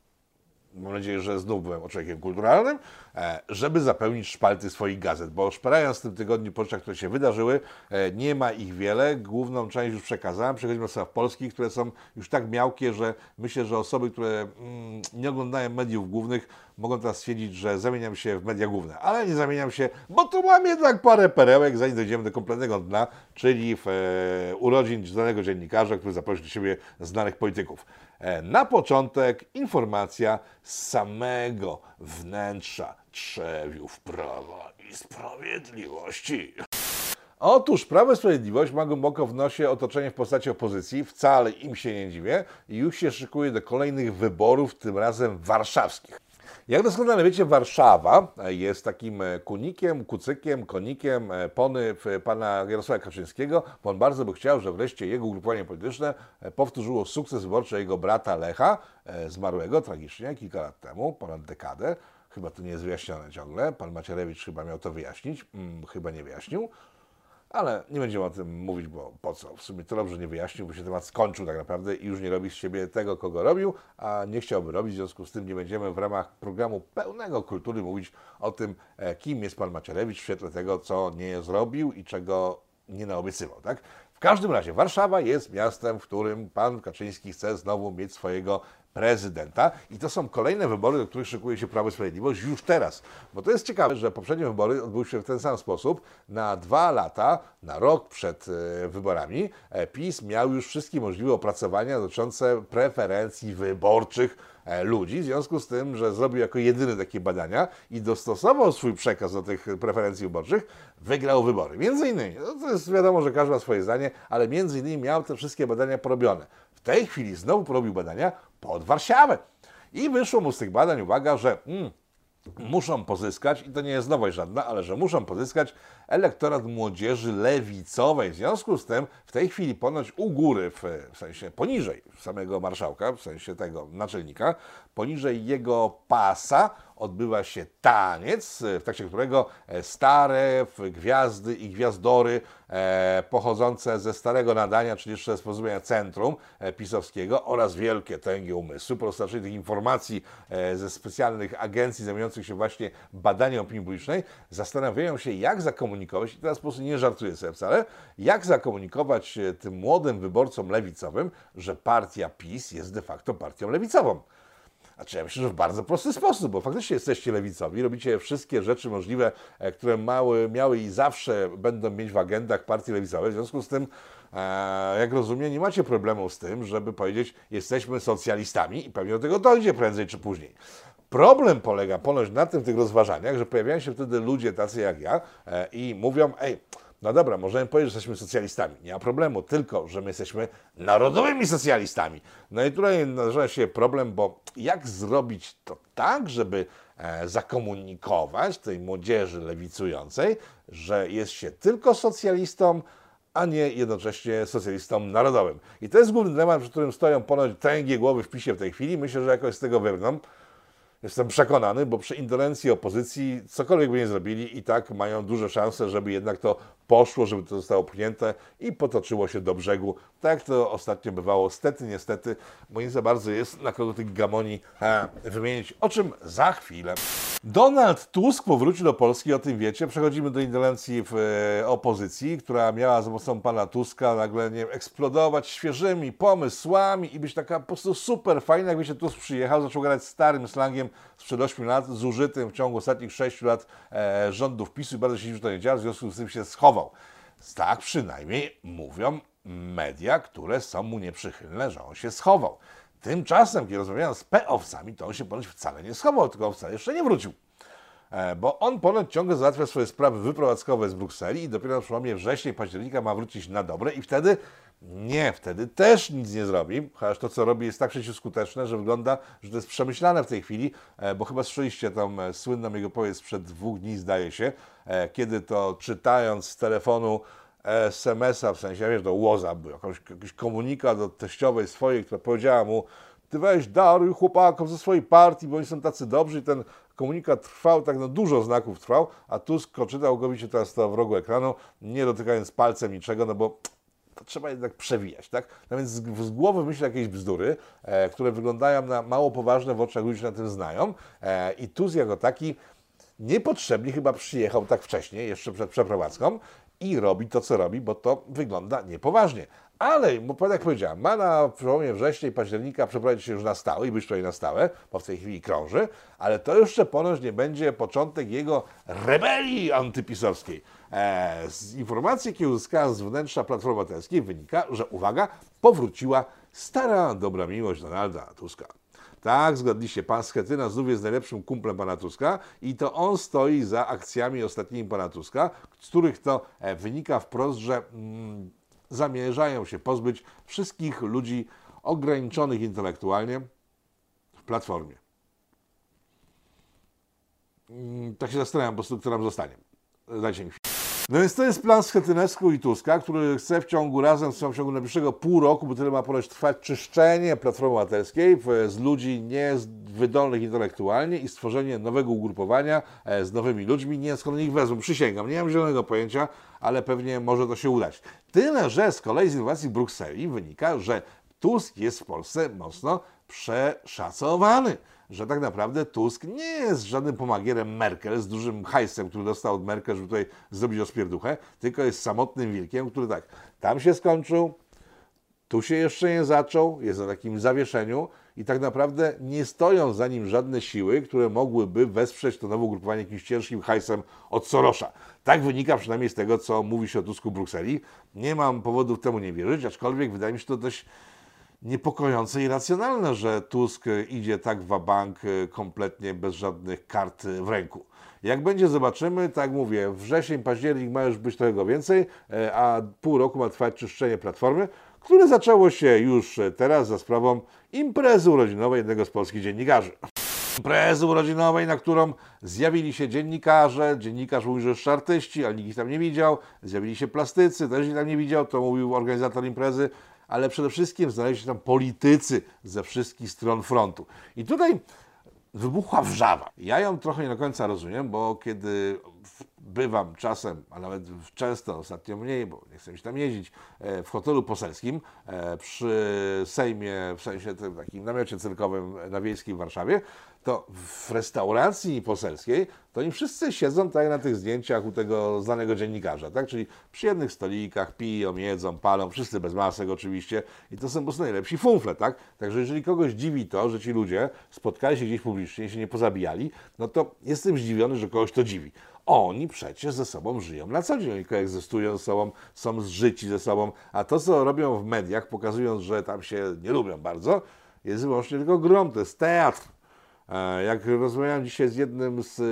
Mam nadzieję, że znów byłem człowiekiem kulturalnym, żeby zapełnić szpalty swoich gazet, bo szperając w tym tygodniu po rzeczach, które się wydarzyły, nie ma ich wiele, główną część już przekazałem, przechodzimy do spraw polskich, które są już tak miałkie, że myślę, że osoby, które mm, nie oglądają mediów głównych, mogą teraz stwierdzić, że zamieniam się w media główne, ale nie zamieniam się, bo tu mam jednak parę perełek, zanim dojdziemy do kompletnego dna, czyli w e, urodzin znanego dziennikarza, który zaprosił do siebie znanych polityków. E, na początek informacja z samego wnętrza trzewiów Prawa i Sprawiedliwości. Otóż Prawo i Sprawiedliwość ma głęboko w nosie otoczenie w postaci opozycji, wcale im się nie dziwię i już się szykuje do kolejnych wyborów, tym razem warszawskich. Jak doskonale wiecie, Warszawa jest takim kunikiem, kucykiem, konikiem pony pana Jarosława Kaczyńskiego, bo on bardzo by chciał, że wreszcie jego ugrupowanie polityczne powtórzyło sukces wyborczy jego brata Lecha, zmarłego tragicznie kilka lat temu, ponad dekadę. Chyba to nie jest wyjaśnione ciągle. Pan Macierewicz chyba miał to wyjaśnić. Hmm, chyba nie wyjaśnił. Ale nie będziemy o tym mówić, bo po co? W sumie to dobrze nie wyjaśnił, bo się temat skończył tak naprawdę i już nie robi z siebie tego, kogo robił, a nie chciałby robić. W związku z tym nie będziemy w ramach programu pełnego kultury mówić o tym, kim jest pan Macierewicz w świetle tego, co nie zrobił i czego nie naobiecywał, tak? W każdym razie Warszawa jest miastem, w którym pan Kaczyński chce znowu mieć swojego prezydenta i to są kolejne wybory, do których szykuje się Prawo i Sprawiedliwość już teraz. Bo to jest ciekawe, że poprzednie wybory odbyły się w ten sam sposób. Na dwa lata, na rok przed e, wyborami e, PiS miał już wszystkie możliwe opracowania dotyczące preferencji wyborczych e, ludzi. W związku z tym, że zrobił jako jedyny takie badania i dostosował swój przekaz do tych preferencji wyborczych, wygrał wybory. Między innymi, no to jest wiadomo, że każdy ma swoje zdanie, ale między innymi miał te wszystkie badania porobione. W tej chwili znowu porobił badania pod Warszawę. I wyszło mu z tych badań, uwaga, że mm, muszą pozyskać, i to nie jest nowość żadna, ale że muszą pozyskać elektorat młodzieży lewicowej. W związku z tym w tej chwili ponoć u góry, w, w sensie poniżej samego marszałka, w sensie tego naczelnika, poniżej jego pasa odbywa się taniec, w trakcie którego stare gwiazdy i gwiazdory e, pochodzące ze starego nadania, czyli jeszcze z porozumienia Centrum e, pisowskiego oraz wielkie tęgie umysły, po dostarczeniu tych informacji e, ze specjalnych agencji zajmujących się właśnie badaniem opinii publicznej, zastanawiają się, jak zakomunikować, i teraz po prostu nie żartuję sobie wcale, jak zakomunikować tym młodym wyborcom lewicowym, że partia PiS jest de facto partią lewicową. Znaczy, ja myślę, że w bardzo prosty sposób, bo faktycznie jesteście lewicowi, robicie wszystkie rzeczy możliwe, które mały, miały i zawsze będą mieć w agendach partii lewicowej. W związku z tym, jak rozumiem, nie macie problemu z tym, żeby powiedzieć, jesteśmy socjalistami i pewnie do tego dojdzie prędzej czy później. Problem polega ponoć na tym w tych rozważaniach, że pojawiają się wtedy ludzie tacy jak ja i mówią, ej, no dobra, możemy powiedzieć, że jesteśmy socjalistami, nie ma problemu, tylko że my jesteśmy narodowymi socjalistami. No i tutaj nazywa się problem, bo jak zrobić to tak, żeby e, zakomunikować tej młodzieży lewicującej, że jest się tylko socjalistą, a nie jednocześnie socjalistą narodowym. I to jest główny temat, przy którym stoją ponoć tęgie głowy w PiSie w tej chwili. Myślę, że jakoś z tego wybrną. Jestem przekonany, bo przy indolencji opozycji cokolwiek by nie zrobili i tak mają duże szanse, żeby jednak to poszło, żeby to zostało pchnięte i potoczyło się do brzegu. Tak jak to ostatnio bywało. Stety, niestety, bo nie za bardzo jest na kogo tych gamoni e, wymienić, o czym za chwilę. Donald Tusk powrócił do Polski, o tym wiecie. Przechodzimy do indolencji w e, opozycji, która miała za pomocą pana Tuska nagle, nie wiem, eksplodować świeżymi pomysłami i być taka po prostu super fajna. Jak wiecie, Tusk przyjechał, zaczął gadać starym slangiem sprzed ośmiu lat, zużytym w ciągu ostatnich sześciu lat e, rządów PiSu i bardzo się dziwi, że to nie działa, w związku z tym się schował. Tak przynajmniej mówią media, które są mu nieprzychylne, że on się schował. Tymczasem, kiedy rozmawiałem z peowcami, to on się ponoć wcale nie schował, tylko wcale jeszcze nie wrócił. E, bo on ponoć ciągle załatwia swoje sprawy wyprowadzkowe z Brukseli i dopiero na przełomie września i października ma wrócić na dobre i wtedy nie, wtedy też nic nie zrobi, chociaż to, co robi, jest tak przeciwskuteczne, że wygląda, że to jest przemyślane w tej chwili, e, bo chyba słyszeliście tą e, słynną jego powieść sprzed dwóch dni, zdaje się, e, kiedy to czytając z telefonu es em es a, w sensie, ja wiem, że to łoza był, jakiś, jakiś komunikat do teściowej swojej, która powiedziała mu, ty weź daruj chłopakom ze swojej partii, bo oni są tacy dobrzy i ten komunikat trwał, tak no dużo znaków trwał, a Tusk czytał go, widzicie teraz to w rogu ekranu, nie dotykając palcem niczego, no bo to trzeba jednak przewijać, tak? No więc z, z głowy myślę jakieś bzdury, e, które wyglądają na mało poważne w oczach ludzi, którzy na tym znają e, i Tusk jako taki niepotrzebnie chyba przyjechał tak wcześnie, jeszcze przed przeprowadzką i robi to, co robi, bo to wygląda niepoważnie. Ale, jak powiedziałem, ma na przełomie września i października przeprowadzić się już na stałe i być tutaj na stałe, bo w tej chwili krąży, ale to jeszcze ponoć nie będzie początek jego rebelii antypisowskiej. E, z informacji, jakie uzyskałem z wnętrza Platformy Obywatelskiej, wynika, że, uwaga, powróciła stara dobra miłość Donalda Tuska. Tak, zgadliście, pan Schetyna znów jest najlepszym kumplem pana Tuska i to on stoi za akcjami ostatnimi pana Tuska, z których to wynika wprost, że mm, zamierzają się pozbyć wszystkich ludzi ograniczonych intelektualnie w Platformie. Mm, tak się zastanawiam po prostu, kto nam zostanie. Dajcie mi chwilę. No więc to jest plan Schetynesku i Tuska, który chce w ciągu razem, w ciągu najbliższego pół roku, bo tyle ma ponoć trwać czyszczenie Platformy Obywatelskiej z ludzi niewydolnych intelektualnie i stworzenie nowego ugrupowania z nowymi ludźmi. Nie wiem, skąd ich wezmą, przysięgam, nie mam zielonego pojęcia, ale pewnie może to się udać. Tyle, że z kolei z informacji w Brukseli wynika, że Tusk jest w Polsce mocno przeszacowany. Że tak naprawdę Tusk nie jest żadnym pomagierem Merkel z dużym hajsem, który dostał od Merkel, żeby tutaj zrobić rozpierduchę, tylko jest samotnym wilkiem, który tak, tam się skończył, tu się jeszcze nie zaczął, jest na takim zawieszeniu i tak naprawdę nie stoją za nim żadne siły, które mogłyby wesprzeć to nowe ugrupowanie jakimś ciężkim hajsem od Sorosza. Tak wynika przynajmniej z tego, co mówi się o Tusku w Brukseli. Nie mam powodów temu nie wierzyć, aczkolwiek wydaje mi się to dość niepokojące i racjonalne, że Tusk idzie tak wabank kompletnie bez żadnych kart w ręku. Jak będzie, zobaczymy. Tak jak mówię, wrzesień, październik ma już być trochę więcej, a pół roku ma trwać czyszczenie Platformy, które zaczęło się już teraz za sprawą imprezy urodzinowej jednego z polskich dziennikarzy. imprezy urodzinowej, na którą zjawili się dziennikarze. Dziennikarz mówił, że jeszcze artyści, ale nikt ich tam nie widział. Zjawili się plastycy, też ich tam nie widział, to mówił organizator imprezy. Ale przede wszystkim znaleźli się tam politycy ze wszystkich stron frontu. I tutaj wybuchła wrzawa. Ja ją trochę nie do końca rozumiem, bo kiedy bywam czasem, a nawet często, ostatnio mniej, bo nie chcę mi się tam jeździć, w hotelu poselskim przy Sejmie, w sensie tym takim namiocie cyrkowym na Wiejskiej w Warszawie, to w restauracji poselskiej to oni wszyscy siedzą tak jak na tych zdjęciach u tego znanego dziennikarza, tak? Czyli przy jednych stolikach, piją, jedzą, palą, wszyscy bez masek oczywiście i to są po prostu najlepsi fumfle, tak? Także jeżeli kogoś dziwi to, że ci ludzie spotkali się gdzieś publicznie i się nie pozabijali, no to jestem zdziwiony, że kogoś to dziwi. Oni przecież ze sobą żyją na co dzień, oni koegzystują ze sobą, są zżyci ze sobą, a to, co robią w mediach, pokazując, że tam się nie lubią bardzo, jest wyłącznie tylko grom, to jest teatr. Jak rozmawiałem dzisiaj z jednym z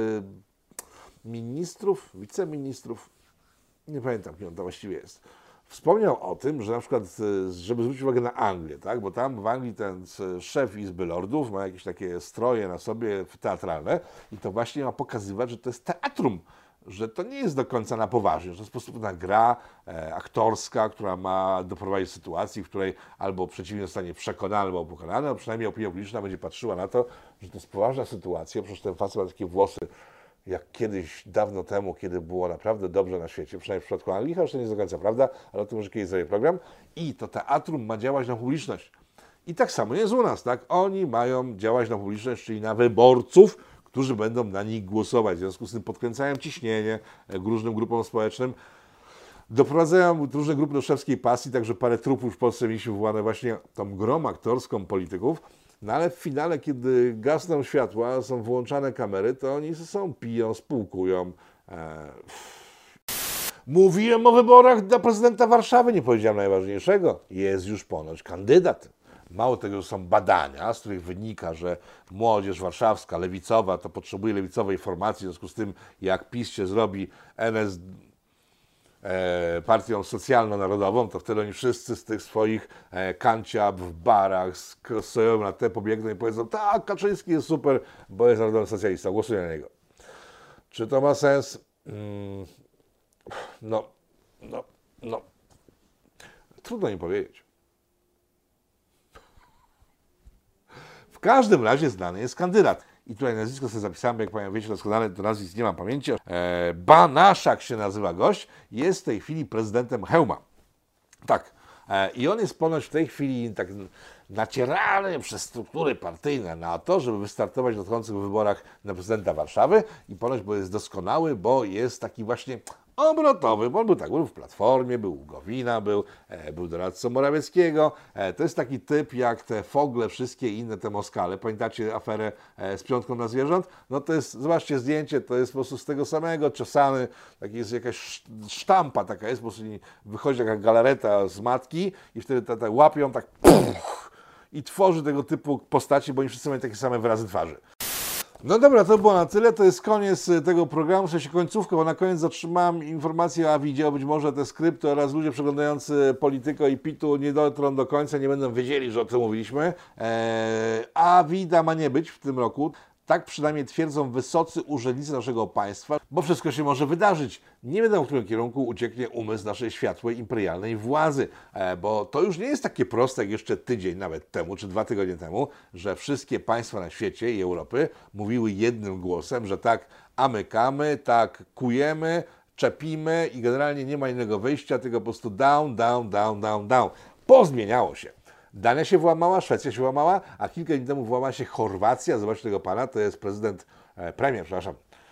ministrów, wiceministrów, nie pamiętam, kim on to właściwie jest, wspomniał o tym, że na przykład, żeby zwrócić uwagę na Anglię, tak? Bo tam w Anglii ten szef Izby Lordów ma jakieś takie stroje na sobie teatralne i to właśnie ma pokazywać, że to jest teatrum, że to nie jest do końca na poważnie, że to jest po prostu pewna gra e, aktorska, która ma doprowadzić do sytuacji, w której albo przeciwnik zostanie przekonany, albo pokonany, a przynajmniej opinia publiczna będzie patrzyła na to, że to jest poważna sytuacja, przecież ten facet ma takie włosy, jak kiedyś, dawno temu, kiedy było naprawdę dobrze na świecie, przynajmniej w przypadku Anglii, chociaż to nie jest do końca prawda, ale o tym może kiedyś zrobię program. I to teatrum ma działać na publiczność. I tak samo jest u nas, tak? Oni mają działać na publiczność, czyli na wyborców, którzy będą na nich głosować. W związku z tym podkręcają ciśnienie różnym grupom społecznym, doprowadzają różne grupy do szewskiej pasji, także parę trupów w Polsce mieliśmy wywołane właśnie tą grą aktorską polityków. No ale w finale, kiedy gasną światła, są włączane kamery, to oni są, piją, spółkują. Eee. Mówiłem o wyborach dla prezydenta Warszawy, nie powiedziałem najważniejszego. Jest już ponoć kandydat. Mało tego, że są badania, z których wynika, że młodzież warszawska, lewicowa, to potrzebuje lewicowej formacji, w związku z tym, jak PiS się zrobi N S E, partią socjalno-narodową, to wtedy oni wszyscy z tych swoich e, kanciap w barach stoją na te, pobiegną i powiedzą, tak, Kaczyński jest super, bo jest narodowym socjalistą, głosuję na niego. Czy to ma sens? Mm, no, no, no. Trudno mi powiedzieć. W każdym razie znany jest kandydat. I tutaj nazwisko sobie zapisałem, jak Państwo wiecie doskonale, to nazwisk nie mam pamięci. E, Banaszak się nazywa gość, jest w tej chwili prezydentem Chełma. Tak. E, I on jest ponoć w tej chwili tak nacierany przez struktury partyjne na to, żeby wystartować w nadchodzących wyborach na prezydenta Warszawy. I ponoć, bo jest doskonały, bo jest taki właśnie obrotowy, bo on był tak, był w Platformie, był u Gowina, był, e, był doradcą Morawieckiego. E, to jest taki typ jak te Fogle, wszystkie inne te Moskale. Pamiętacie aferę e, z piątką na zwierząt? No to jest, zobaczcie zdjęcie, to jest po prostu z tego samego, czesany, taki jest jakaś sztampa taka jest, po prostu wychodzi taka galareta z matki i wtedy te, te łapią tak puch, i tworzy tego typu postaci, bo oni wszyscy mają takie same wyrazy twarzy. No dobra, to było na tyle, to jest koniec tego programu, w sensie końcówka, bo na koniec zatrzymałem informację o wideo, być może te skrypty oraz ludzie przeglądający Polityko i Pitu nie dotrą do końca, nie będą wiedzieli, że o tym mówiliśmy, eee, a wida ma nie być w tym roku. Tak przynajmniej twierdzą wysocy urzędnicy naszego państwa, bo wszystko się może wydarzyć. Nie wiadomo, w którym kierunku ucieknie umysł naszej światłej, imperialnej władzy, bo to już nie jest takie proste jak jeszcze tydzień nawet temu, czy dwa tygodnie temu, że wszystkie państwa na świecie i Europy mówiły jednym głosem, że tak amykamy, tak kujemy, czepimy i generalnie nie ma innego wyjścia, tylko po prostu down, down, down, down, down. Pozmieniało się. Dania się włamała, Szwecja się włamała, a kilka dni temu włamała się Chorwacja. Zobaczcie tego pana, to jest prezydent, e, premier, przepraszam.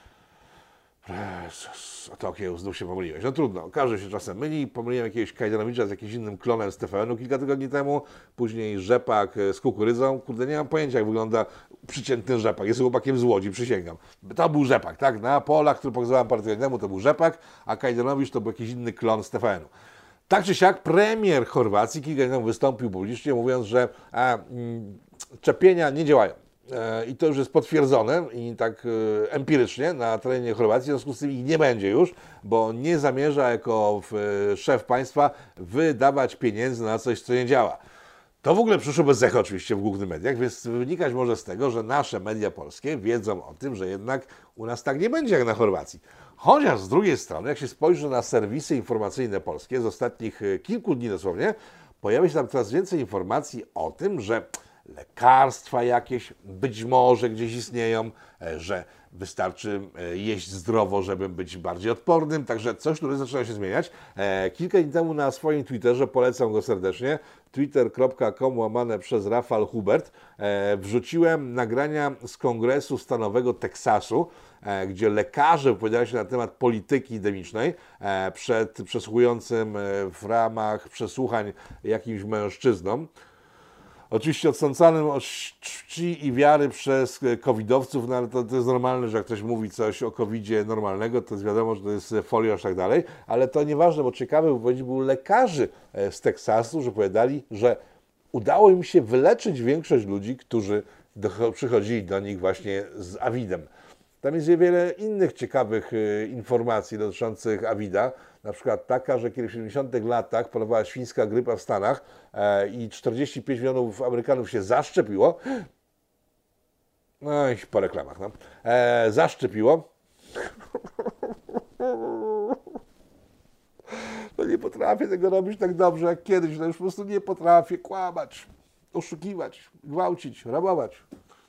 Jezus, to okej, znów się pomyliłeś. No trudno, każdy się czasem myli. Pomyliłem jakiegoś Kajdanowicza z jakimś innym klonem z T V N-u kilka tygodni temu. Później rzepak z kukurydzą. Kurde, nie mam pojęcia, jak wygląda przeciętny rzepak. Jest chłopakiem z Łodzi, przysięgam. To był rzepak, tak? Na polach, który pokazywałem parę tygodni temu, to był rzepak, a Kajdanowicz to był jakiś inny klon z T V N-u. Tak czy siak premier Chorwacji kilka dni temu wystąpił publicznie, mówiąc, że a, mm, czepienia nie działają. E, I to już jest potwierdzone i tak e, empirycznie na terenie Chorwacji, w związku z tym ich nie będzie już, bo nie zamierza jako e, szef państwa wydawać pieniędzy na coś, co nie działa. To w ogóle przyszło bez echa oczywiście w głównych mediach, więc wynikać może z tego, że nasze media polskie wiedzą o tym, że jednak u nas tak nie będzie jak na Chorwacji. Chociaż z drugiej strony, jak się spojrzy na serwisy informacyjne polskie z ostatnich kilku dni dosłownie, pojawia się tam coraz więcej informacji o tym, że lekarstwa jakieś być może gdzieś istnieją, że wystarczy jeść zdrowo, żeby być bardziej odpornym, także coś tutaj zaczyna się zmieniać. Kilka dni temu na swoim Twitterze, polecam go serdecznie, twitter kropka com łamane przez Rafał Hubert, wrzuciłem nagrania z Kongresu Stanowego Teksasu, gdzie lekarze wypowiadają się na temat polityki endemicznej przed przesłuchującym w ramach przesłuchań jakimś mężczyzną. Oczywiście odsącanym od czci i wiary przez covidowców, no ale to, to jest normalne, że jak ktoś mówi coś o covidzie normalnego, to jest wiadomo, że to jest foliarz i tak dalej, ale to nieważne, bo ciekawe wypowiedzi były lekarzy z Teksasu, że powiadali, że udało im się wyleczyć większość ludzi, którzy do, przychodzili do nich właśnie z awidem. Tam jest wiele innych ciekawych informacji dotyczących awida, na przykład taka, że kiedy w siedemdziesiątych latach panowała świńska grypa w Stanach e, i czterdzieści pięć milionów Amerykanów się zaszczepiło, no i po reklamach, no, e, zaszczepiło, no nie potrafię tego robić tak dobrze jak kiedyś, no już po prostu nie potrafię kłamać, oszukiwać, gwałcić, rabować.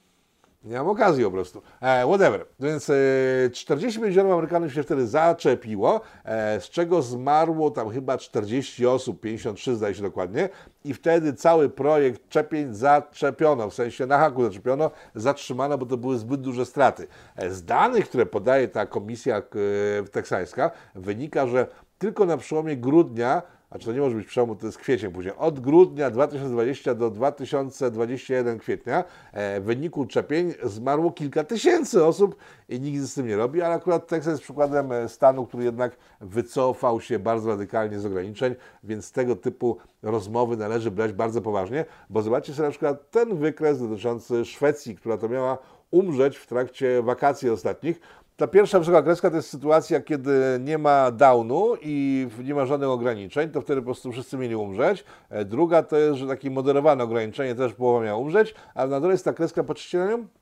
Nie mam okazji po prostu. E, whatever. Więc e, czterdzieści milionów Amerykanów się wtedy zaczepiło, e, z czego zmarło tam chyba czterdzieści osób, pięćdziesiąt trzy zdaje się dokładnie. I wtedy cały projekt szczepień zaczepiono, w sensie na haku zaczepiono, zatrzymano, bo to były zbyt duże straty. E, z danych, które podaje ta komisja e, teksańska, wynika, że tylko na przełomie grudnia, a czy to nie może być przełom, to jest kwiecień później, od grudnia dwa tysiące dwudziestego do dwa tysiące dwudziestego pierwszego kwietnia e, w wyniku szczepień zmarło kilka tysięcy osób i nikt z tym nie robi, ale akurat Teksas jest przykładem stanu, który jednak wycofał się bardzo radykalnie z ograniczeń, więc tego typu rozmowy należy brać bardzo poważnie, bo zobaczcie sobie na przykład ten wykres dotyczący Szwecji, która to miała umrzeć w trakcie wakacji ostatnich. Ta pierwsza wysoka kreska to jest sytuacja, kiedy nie ma downu i nie ma żadnych ograniczeń, to wtedy po prostu wszyscy mieli umrzeć. Druga to jest, że takie moderowane ograniczenie, też połowa miała umrzeć, a na dole jest ta kreska, patrzycie na nią?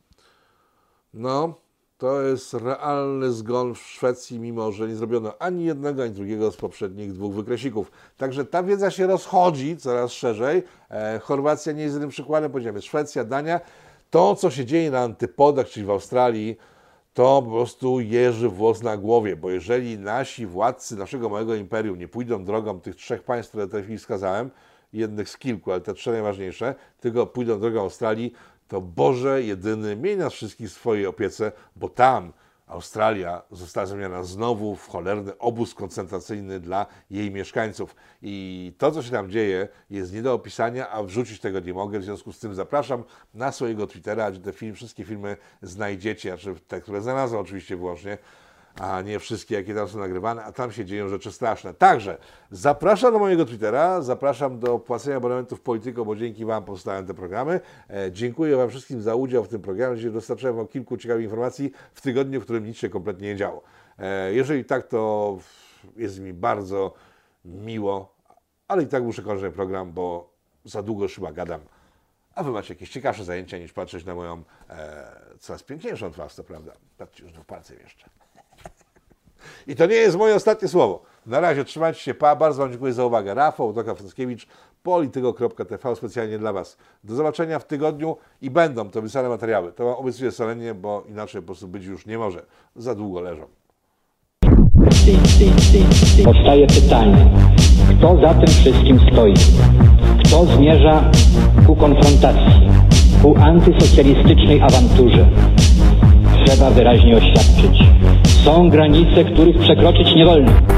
No, to jest realny zgon w Szwecji, mimo że nie zrobiono ani jednego, ani drugiego z poprzednich dwóch wykresików. Także ta wiedza się rozchodzi coraz szerzej. E, Chorwacja nie jest jedynym przykładem, powiedziałem, Szwecja, Dania. To, co się dzieje na antypodach, czyli w Australii, to po prostu jeży włos na głowie, bo jeżeli nasi władcy naszego małego imperium nie pójdą drogą tych trzech państw, które tutaj chwili wskazałem, jednych z kilku, ale te trzy najważniejsze, tylko pójdą drogą Australii, to Boże jedyny, miej nas wszystkich w swojej opiece, bo tam Australia została zamieniona znowu w cholerny obóz koncentracyjny dla jej mieszkańców. I to, co się tam dzieje, jest nie do opisania, a wrzucić tego nie mogę. W związku z tym zapraszam na swojego Twittera, gdzie te film, wszystkie filmy znajdziecie, znaczy te, które znalazłem oczywiście wyłącznie, a nie wszystkie, jakie tam są nagrywane, a tam się dzieją rzeczy straszne. Także zapraszam do mojego Twittera, zapraszam do płacenia abonamentów Polityko, bo dzięki Wam powstają te programy. E, dziękuję Wam wszystkim za udział w tym programie, gdzie dostarczyłem Wam kilku ciekawych informacji w tygodniu, w którym nic się kompletnie nie działo. E, jeżeli tak, to jest mi bardzo miło, ale i tak muszę kończyć program, bo za długo już chyba gadam. A Wy macie jakieś ciekawsze zajęcia niż patrzeć na moją e, coraz piękniejszą twarz, to prawda. Patrzcie, już w palce jeszcze. I to nie jest moje ostatnie słowo. Na razie, trzymajcie się, pa. Bardzo Wam dziękuję za uwagę. Rafał Franckiewicz, polityko kropka t v specjalnie dla Was. Do zobaczenia w tygodniu i będą to wysłane materiały. To Wam obiecuję solennie, bo inaczej po prostu być już nie może. Za długo leżą. Powstaje pytanie, kto za tym wszystkim stoi? Kto zmierza ku konfrontacji, ku antysocjalistycznej awanturze? Trzeba wyraźnie oświadczyć. Są granice, których przekroczyć nie wolno.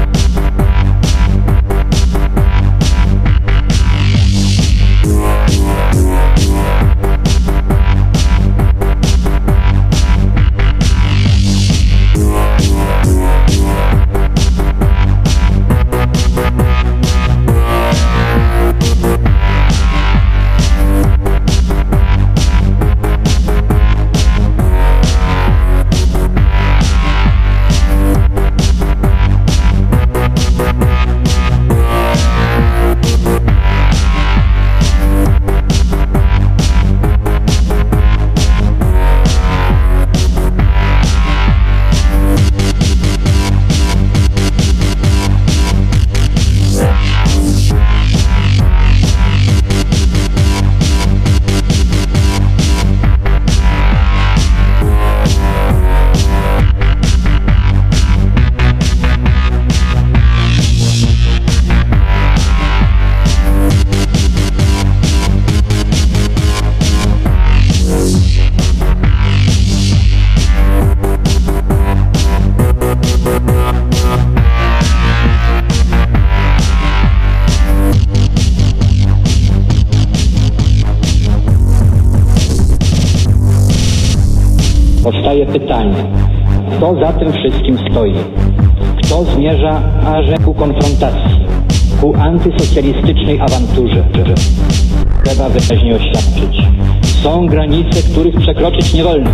Powstaje pytanie, kto za tym wszystkim stoi? Kto zmierza aż ku konfrontacji, ku antysocjalistycznej awanturze? Trzeba wyraźnie oświadczyć. Są granice, których przekroczyć nie wolno.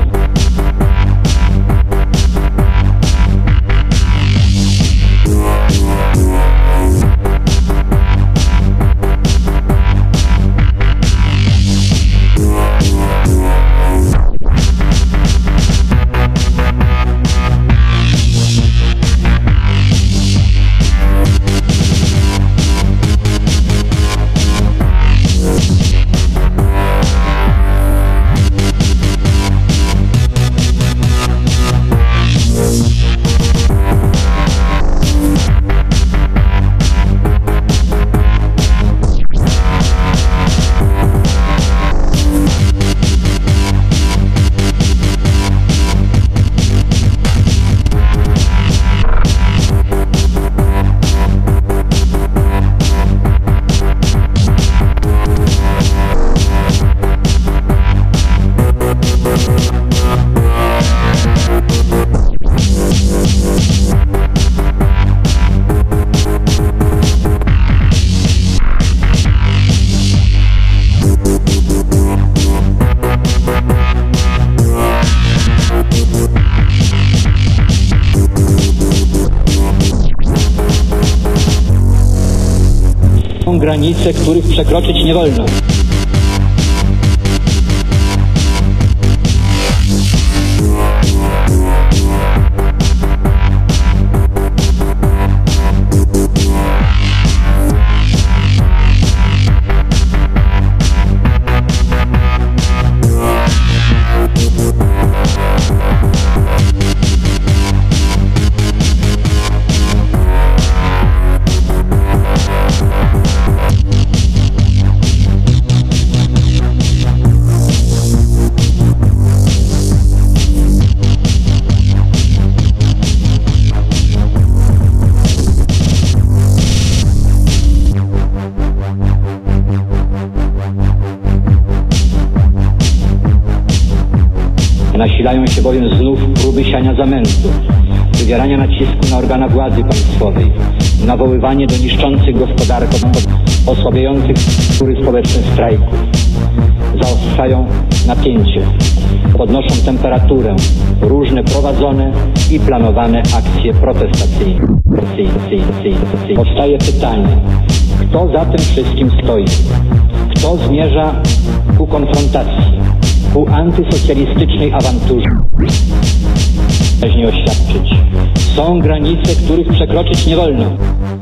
Są granice, których przekroczyć nie wolno. Nasilają się bowiem znów próby siania zamętu, wywierania nacisku na organa władzy państwowej, nawoływanie do niszczących gospodarkę, osłabiających struktury społeczne strajków. Zaostrzają napięcie, podnoszą temperaturę różne prowadzone i planowane akcje protestacyjne. Powstaje pytanie, kto za tym wszystkim stoi? Kto zmierza ku konfrontacji, ku antysocjalistycznej awanturze? Wyraźnie oświadczyć. Są granice, których przekroczyć nie wolno.